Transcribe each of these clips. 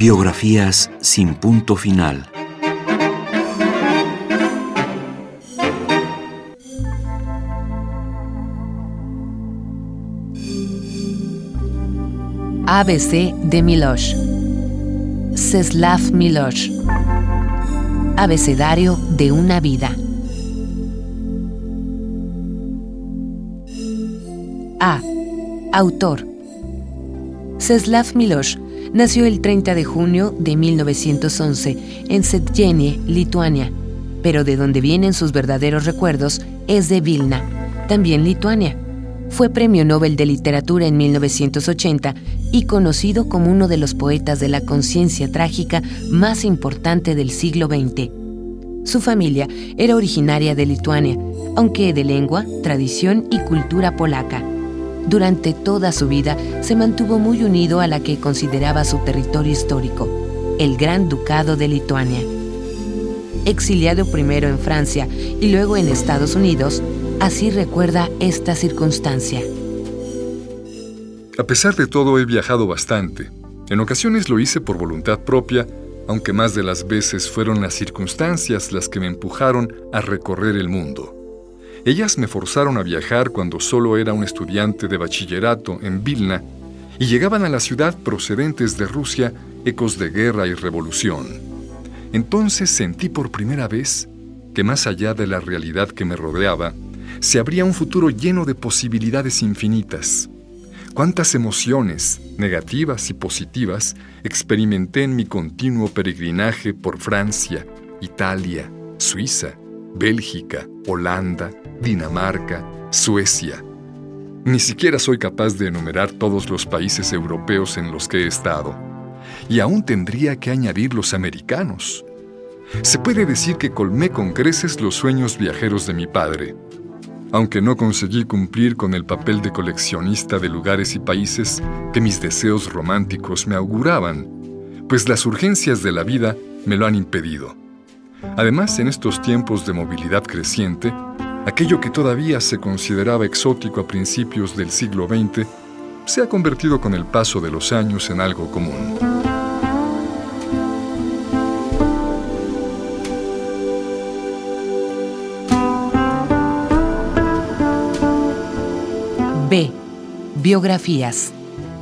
Biografías sin punto final. ABC de Miloš. Česlav Miloš. Abecedario de una vida. A. Autor. Česlav Miloš nació el 30 de junio de 1911 en Švenčiai, Lituania, pero de donde vienen sus verdaderos recuerdos es de Vilna, también Lituania. Fue Premio Nobel de Literatura en 1980 y conocido como uno de los poetas de la conciencia trágica más importante del siglo XX. Su familia era originaria de Lituania, aunque de lengua, tradición y cultura polaca. Durante toda su vida se mantuvo muy unido a la que consideraba su territorio histórico, el Gran Ducado de Lituania. Exiliado primero en Francia y luego en Estados Unidos, así recuerda esta circunstancia. A pesar de todo, he viajado bastante. En ocasiones lo hice por voluntad propia, aunque más de las veces fueron las circunstancias las que me empujaron a recorrer el mundo. Ellas me forzaron a viajar cuando solo era un estudiante de bachillerato en Vilna y llegaban a la ciudad procedentes de Rusia ecos de guerra y revolución. Entonces sentí por primera vez que más allá de la realidad que me rodeaba, se abría un futuro lleno de posibilidades infinitas. Cuántas emociones, negativas y positivas, experimenté en mi continuo peregrinaje por Francia, Italia, Suiza, Bélgica, Holanda, Dinamarca, Suecia. Ni siquiera soy capaz de enumerar todos los países europeos en los que he estado. Y aún tendría que añadir los americanos. Se puede decir que colmé con creces los sueños viajeros de mi padre. Aunque no conseguí cumplir con el papel de coleccionista de lugares y países que mis deseos románticos me auguraban, pues las urgencias de la vida me lo han impedido. Además, en estos tiempos de movilidad creciente, aquello que todavía se consideraba exótico a principios del siglo XX se ha convertido con el paso de los años en algo común. B. Biografías.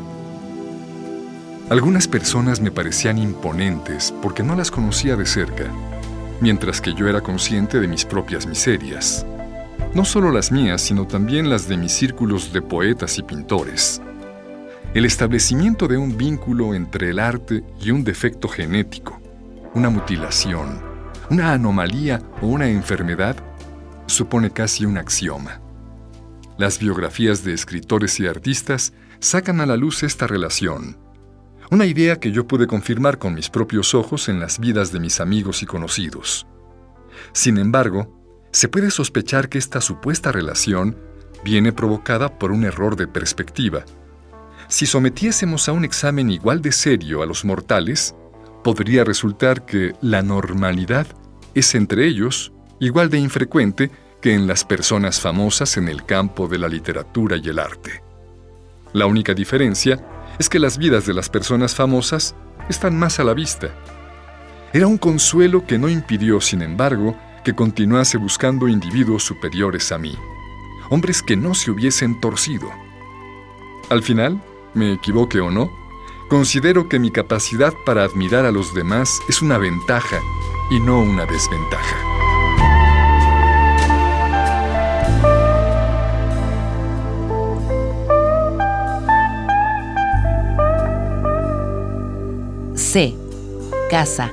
Algunas personas me parecían imponentes porque no las conocía de cerca, mientras que yo era consciente de mis propias miserias. No solo las mías, sino también las de mis círculos de poetas y pintores. El establecimiento de un vínculo entre el arte y un defecto genético, una mutilación, una anomalía o una enfermedad, supone casi un axioma. Las biografías de escritores y artistas sacan a la luz esta relación, una idea que yo pude confirmar con mis propios ojos en las vidas de mis amigos y conocidos. Sin embargo, se puede sospechar que esta supuesta relación viene provocada por un error de perspectiva. Si sometiésemos a un examen igual de serio a los mortales, podría resultar que la normalidad es entre ellos igual de infrecuente que en las personas famosas en el campo de la literatura y el arte. La única diferencia es que las vidas de las personas famosas están más a la vista. Era un consuelo que no impidió, sin embargo, que continuase buscando individuos superiores a mí, hombres que no se hubiesen torcido. Al final, me equivoque o no, considero que mi capacidad para admirar a los demás es una ventaja y no una desventaja. C. Casa.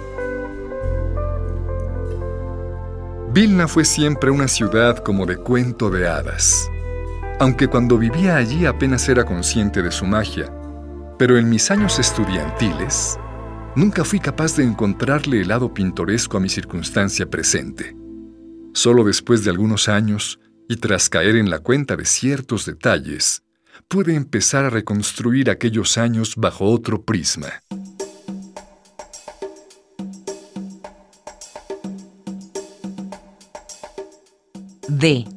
Vilna fue siempre una ciudad como de cuento de hadas. Aunque cuando vivía allí apenas era consciente de su magia, pero en mis años estudiantiles nunca fui capaz de encontrarle el lado pintoresco a mi circunstancia presente. Solo después de algunos años, y tras caer en la cuenta de ciertos detalles, pude empezar a reconstruir aquellos años bajo otro prisma. D.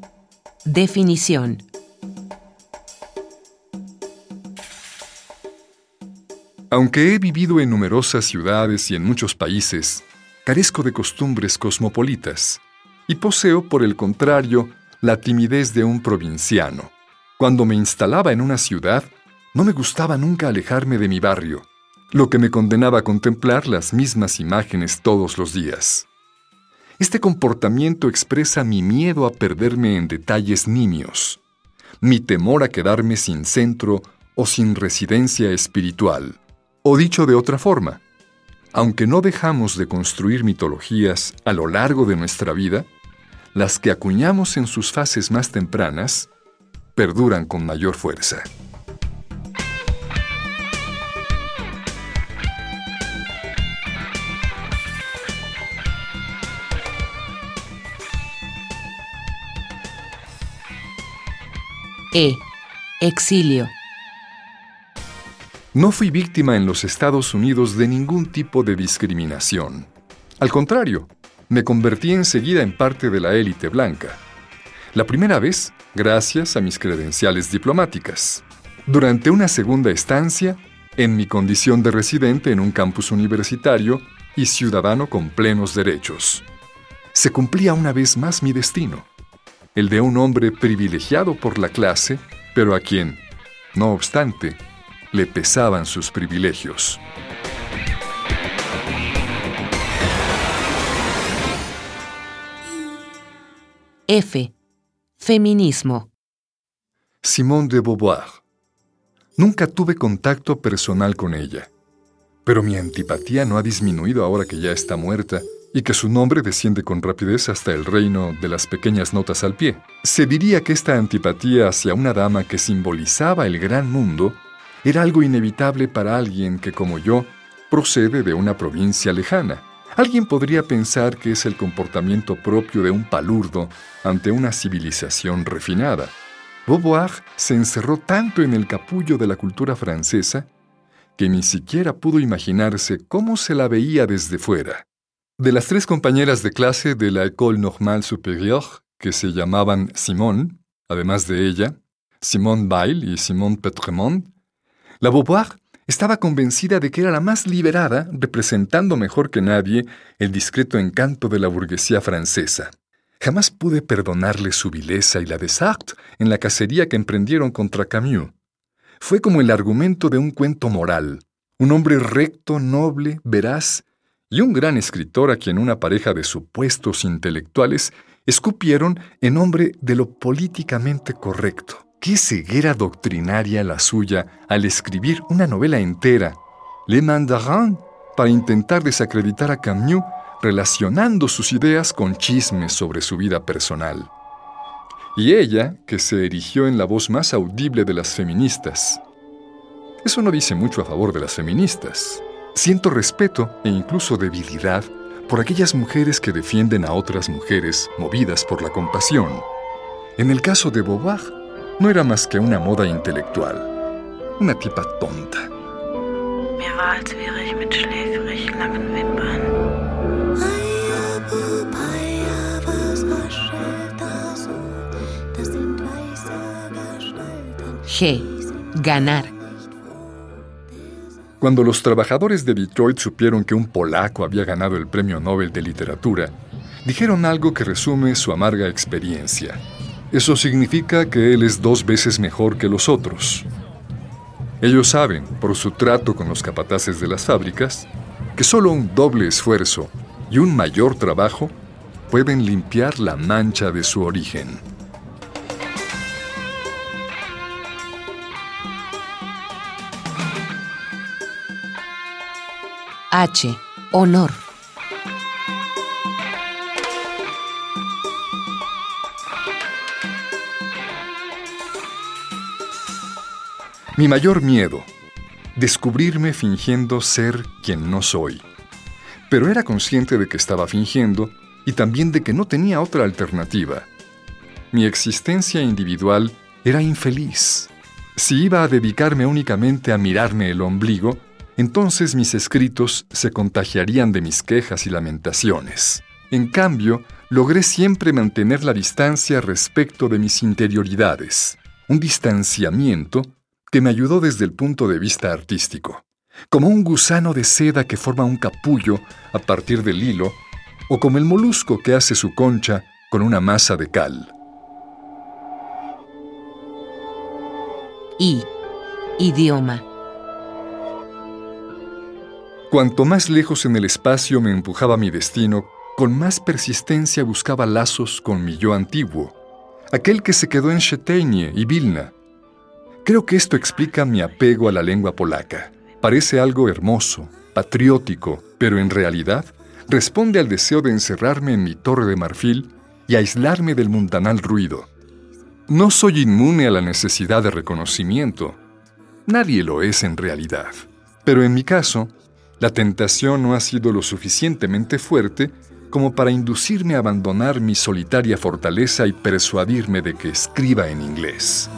Definición. Aunque he vivido en numerosas ciudades y en muchos países, carezco de costumbres cosmopolitas y poseo, por el contrario, la timidez de un provinciano. Cuando me instalaba en una ciudad, no me gustaba nunca alejarme de mi barrio, lo que me condenaba a contemplar las mismas imágenes todos los días. Este comportamiento expresa mi miedo a perderme en detalles nimios, mi temor a quedarme sin centro o sin residencia espiritual. O dicho de otra forma, aunque no dejamos de construir mitologías a lo largo de nuestra vida, las que acuñamos en sus fases más tempranas perduran con mayor fuerza. Exilio. No fui víctima en los Estados Unidos de ningún tipo de discriminación. Al contrario, me convertí enseguida en parte de la élite blanca. La primera vez, gracias a mis credenciales diplomáticas. Durante una segunda estancia, en mi condición de residente en un campus universitario y ciudadano con plenos derechos. Se cumplía una vez más mi destino, el de un hombre privilegiado por la clase, pero a quien, no obstante, le pesaban sus privilegios. Feminismo. Simone de Beauvoir. Nunca tuve contacto personal con ella, pero mi antipatía no ha disminuido ahora que ya está muerta y que su nombre desciende con rapidez hasta el reino de las pequeñas notas al pie. Se diría que esta antipatía hacia una dama que simbolizaba el gran mundo era algo inevitable para alguien que, como yo, procede de una provincia lejana. Alguien podría pensar que es el comportamiento propio de un palurdo ante una civilización refinada. Beauvoir se encerró tanto en el capullo de la cultura francesa que ni siquiera pudo imaginarse cómo se la veía desde fuera. De las 3 compañeras de clase de la École Normale Supérieure, que se llamaban Simone, además de ella, Simone Weil y Simone Pétremont, la Beauvoir estaba convencida de que era la más liberada, representando mejor que nadie el discreto encanto de la burguesía francesa. Jamás pude perdonarle su vileza y la de Sartre en la cacería que emprendieron contra Camus. Fue como el argumento de un cuento moral, un hombre recto, noble, veraz, y un gran escritor a quien una pareja de supuestos intelectuales escupieron en nombre de lo políticamente correcto. ¡Qué ceguera doctrinaria la suya al escribir una novela entera, Les Mandarins, para intentar desacreditar a Camus, relacionando sus ideas con chismes sobre su vida personal! Y ella, que se erigió en la voz más audible de las feministas. Eso no dice mucho a favor de las feministas. Siento respeto e incluso debilidad por aquellas mujeres que defienden a otras mujeres movidas por la compasión. En el caso de Beauvoir, no era más que una moda intelectual, una tipa tonta. Mir war, als wäre ich mit schläfrig langen Wimpern. Ganar. Cuando los trabajadores de Detroit supieron que un polaco había ganado el Premio Nobel de Literatura, dijeron algo que resume su amarga experiencia. Eso significa que él es 2 veces mejor que los otros. Ellos saben, por su trato con los capataces de las fábricas, que solo un doble esfuerzo y un mayor trabajo pueden limpiar la mancha de su origen. Honor. Mi mayor miedo, descubrirme fingiendo ser quien no soy. Pero era consciente de que estaba fingiendo y también de que no tenía otra alternativa. Mi existencia individual era infeliz. Si iba a dedicarme únicamente a mirarme el ombligo, entonces mis escritos se contagiarían de mis quejas y lamentaciones. En cambio, logré siempre mantener la distancia respecto de mis interioridades, un distanciamiento que me ayudó desde el punto de vista artístico. como un gusano de seda que forma un capullo a partir del hilo, o como el molusco que hace su concha con una masa de cal. Idioma. Cuanto más lejos en el espacio me empujaba mi destino, con más persistencia buscaba lazos con mi yo antiguo, aquel que se quedó en Szczecin y Vilna. Creo que esto explica mi apego a la lengua polaca. Parece algo hermoso, patriótico, pero en realidad responde al deseo de encerrarme en mi torre de marfil y aislarme del mundanal ruido. No soy inmune a la necesidad de reconocimiento. Nadie lo es en realidad. Pero en mi caso, la tentación no ha sido lo suficientemente fuerte como para inducirme a abandonar mi solitaria fortaleza y persuadirme de que escriba en inglés.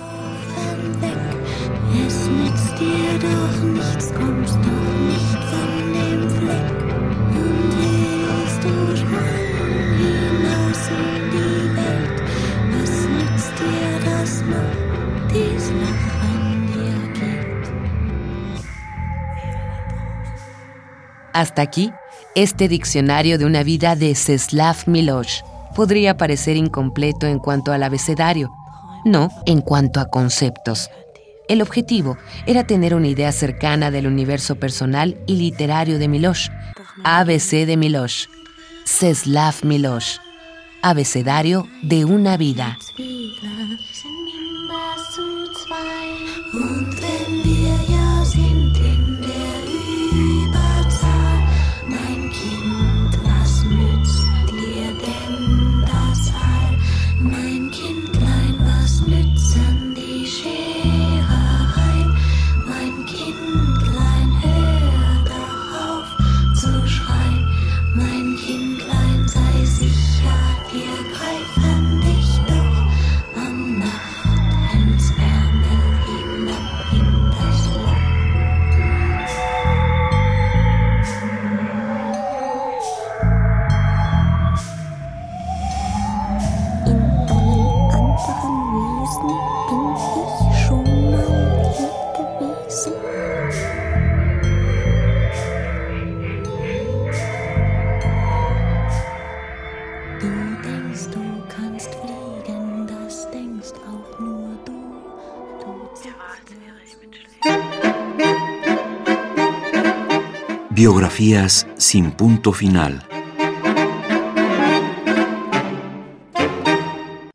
Hasta aquí, este diccionario de una vida de Czesław Miłosz podría parecer incompleto en cuanto al abecedario, no en cuanto a conceptos. El objetivo era tener una idea cercana del universo personal y literario de Miłosz. ABC de Miłosz. Czesław Miłosz. Abecedario de una vida. Biografías sin punto final.